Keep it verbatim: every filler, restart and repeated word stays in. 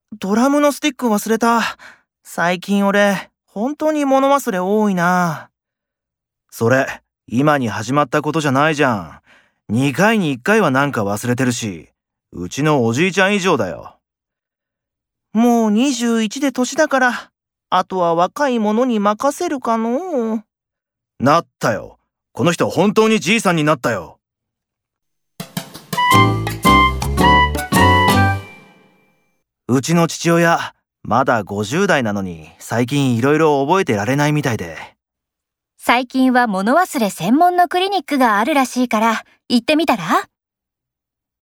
ドラムのスティック忘れた。最近俺、本当に物忘れ多いな。それ、今に始まったことじゃないじゃん。にかいにいっかいはなんか忘れてるし、うちのおじいちゃん以上だよ。もうにじゅういちで年だから、あとは若い者に任せるかのう。なったよ。この人本当にじいさんになったよ。うちの父親、まだごじゅう代なのに最近いろいろ覚えてられないみたいで。 最近は物忘れ専門のクリニックがあるらしいから行ってみたら？